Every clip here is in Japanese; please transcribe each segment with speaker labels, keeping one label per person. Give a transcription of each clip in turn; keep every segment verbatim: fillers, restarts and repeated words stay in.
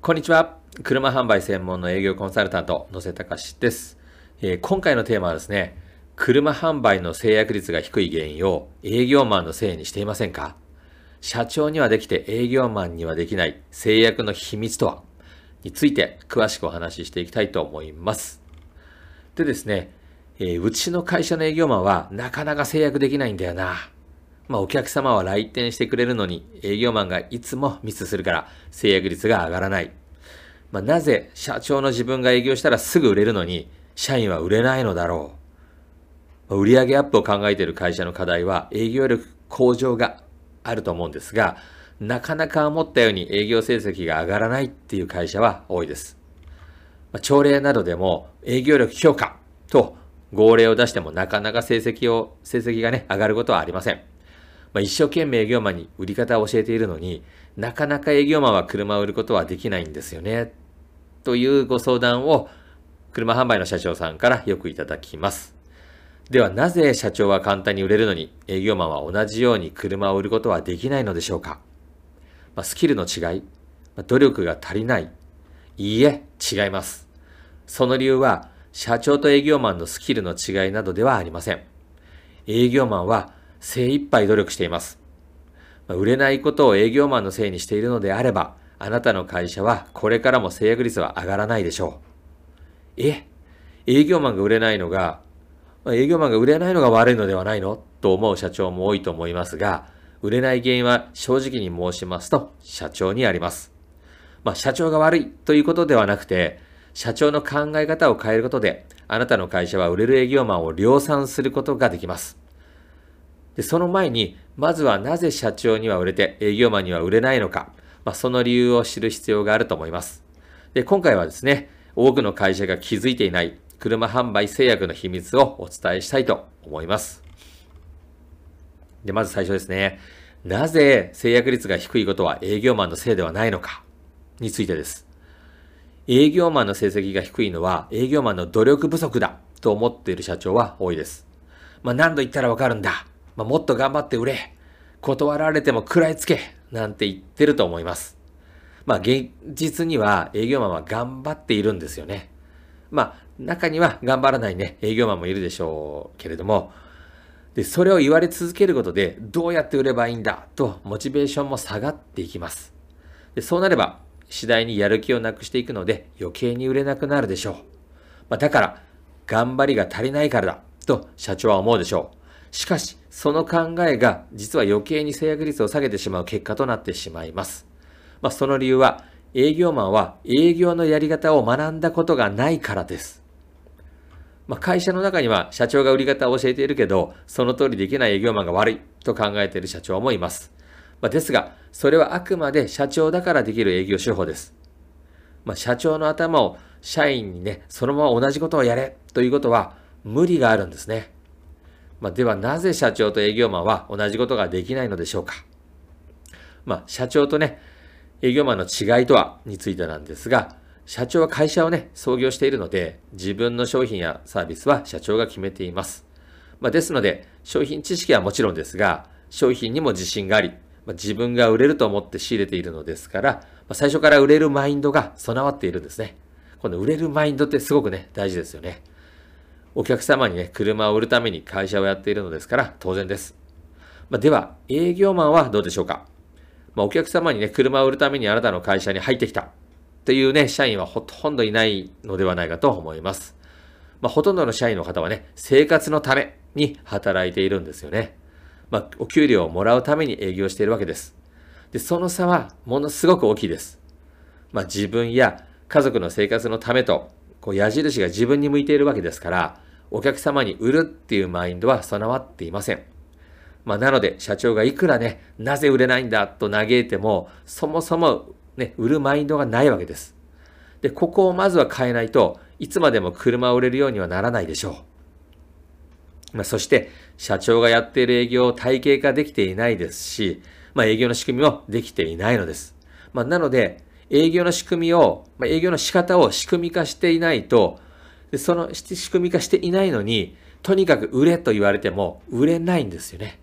Speaker 1: こんにちは。車販売専門の営業コンサルタント、野瀬隆です、えー。今回のテーマはですね、車販売の制約率が低い原因を営業マンのせいにしていませんか？社長にはできて営業マンにはできない制約の秘密とはについて詳しくお話ししていきたいと思います。でですね、えー、うちの会社の営業マンはなかなか制約できないんだよな。まあ、お客様は来店してくれるのに営業マンがいつもミスするから制約率が上がらない。まあ、なぜ社長の自分が営業したらすぐ売れるのに社員は売れないのだろう。まあ、売上アップを考えている会社の課題は営業力向上があると思うんですが、なかなか思ったように営業成績が上がらないっていう会社は多いです。まあ、朝礼などでも営業力評価と号令を出してもなかなか成績を、成績がね、上がることはありません。まあ、一生懸命営業マンに売り方を教えているのになかなか営業マンは車を売ることはできないんですよね。というご相談を車販売の社長さんからよくいただきます。ではなぜ社長は簡単に売れるのに営業マンは同じように車を売ることはできないのでしょうか？まあ、スキルの違い、努力が足りない。いいえ、違います。その理由は社長と営業マンのスキルの違いなどではありません。営業マンは精一杯努力しています。売れないことを営業マンのせいにしているのであれば、あなたの会社はこれからも制約率は上がらないでしょう。え、営業マンが売れないのが、営業マンが売れないのが悪いのではないのと思う社長も多いと思いますが、売れない原因は正直に申しますと、社長にあります。まあ、社長が悪いということではなくて、社長の考え方を変えることで、あなたの会社は売れる営業マンを量産することができます。で、その前に、まずはなぜ社長には売れて営業マンには売れないのか、まあ、その理由を知る必要があると思います。で、今回はですね、多くの会社が気づいていない車販売制約の秘密をお伝えしたいと思います。で、まず最初ですね。なぜ制約率が低いことは営業マンのせいではないのかについてです。営業マンの成績が低いのは営業マンの努力不足だと思っている社長は多いです。まあ、何度言ったらわかるんだ。まあ、もっと頑張って売れ。断られても食らいつけ。なんて言ってると思います。まあ、現実には営業マンは頑張っているんですよね。まあ、中には頑張らないね、営業マンもいるでしょうけれども、で、それを言われ続けることで、どうやって売ればいいんだと、モチベーションも下がっていきます。で、そうなれば、次第にやる気をなくしていくので、余計に売れなくなるでしょう。まあ、だから、頑張りが足りないからだ、と社長は思うでしょう。しかし、その考えが実は余計に制約率を下げてしまう結果となってしまいます。まあ、その理由は、営業マンは営業のやり方を学んだことがないからです。まあ、会社の中には社長が売り方を教えているけど、その通りできない営業マンが悪いと考えている社長もいます。まあ、ですが、それはあくまで社長だからできる営業手法です。まあ、社長の頭を社員にね、そのまま同じことをやれということは無理があるんですね。まあ、ではなぜ社長と営業マンは同じことができないのでしょうか。まあ、社長とね、営業マンの違いとはについてなんですが、社長は会社をね、創業しているので、自分の商品やサービスは社長が決めています。まあ、ですので、商品知識はもちろんですが、商品にも自信があり、まあ、自分が売れると思って仕入れているのですから、まあ、最初から売れるマインドが備わっているんですね。この売れるマインドってすごくね、大事ですよね。お客様にね、車を売るために会社をやっているのですから当然です。まあ、では、営業マンはどうでしょうか。まあ、お客様にね、車を売るためにあなたの会社に入ってきたというね、社員はほとんどいないのではないかと思います。まあ、ほとんどの社員の方はね、生活のために働いているんですよね。まあ、お給料をもらうために営業しているわけです。で、その差はものすごく大きいです。まあ、自分や家族の生活のためと、こう矢印が自分に向いているわけですから、お客様に売るっていうマインドは備わっていません。まあ、なので、社長がいくらね、なぜ売れないんだと嘆いても、そもそもね、売るマインドがないわけです。で、ここをまずは変えないといつまでも車を売れるようにはならないでしょう。まあ、そして、社長がやっている営業を体系化できていないですし、まあ、営業の仕組みもできていないのです。まあ、なので、営業の仕組みを、まあ、営業の仕方を仕組み化していないと、でその仕組み化していないのに、とにかく売れと言われても売れないんですよね。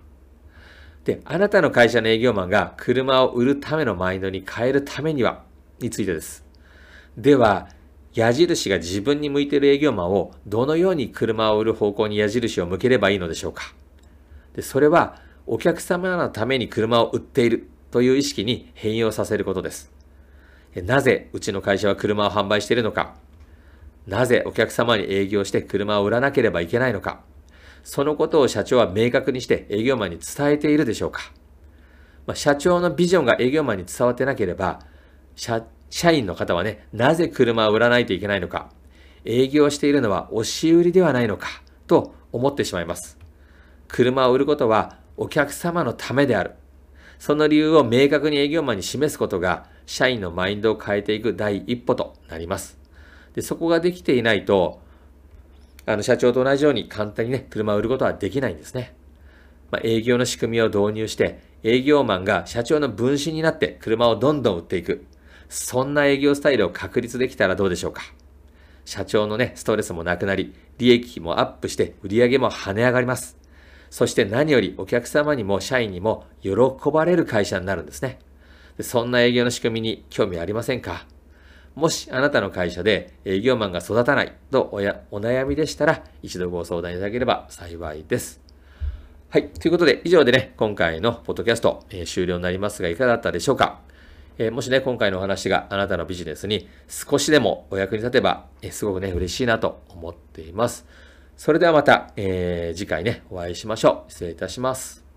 Speaker 1: で、あなたの会社の営業マンが車を売るためのマインドに変えるためには、 についてです。では、矢印が自分に向いている営業マンをどのように車を売る方向に矢印を向ければいいのでしょうか。で、それはお客様のために車を売っているという意識に変容させることです。なぜうちの会社は車を販売しているのか。なぜお客様に営業して車を売らなければいけないのか。そのことを社長は明確にして営業マンに伝えているでしょうか。まあ、社長のビジョンが営業マンに伝わってなければ、社社員の方はね、なぜ車を売らないといけないのか、営業しているのは押し売りではないのか、と思ってしまいます。車を売ることはお客様のためである。その理由を明確に営業マンに示すことが、社員のマインドを変えていく第一歩となります。で、そこができていないと、あの、社長と同じように簡単にね、車を売ることはできないんですね。まあ、営業の仕組みを導入して、営業マンが社長の分身になって車をどんどん売っていく。そんな営業スタイルを確立できたらどうでしょうか。社長のね、ストレスもなくなり、利益もアップして売り上げも跳ね上がります。そして何よりお客様にも社員にも喜ばれる会社になるんですね。で、そんな営業の仕組みに興味ありませんか？もしあなたの会社で営業マンが育たないとおやお悩みでしたら、一度ご相談いただければ幸いです。はい。ということで、以上でね、今回のポッドキャスト、えー、終了になりますが、いかがだったでしょうか。えー、もしね、今回のお話があなたのビジネスに少しでもお役に立てば、えー、すごくね、嬉しいなと思っています。それではまた、えー、次回ね、お会いしましょう。失礼いたします。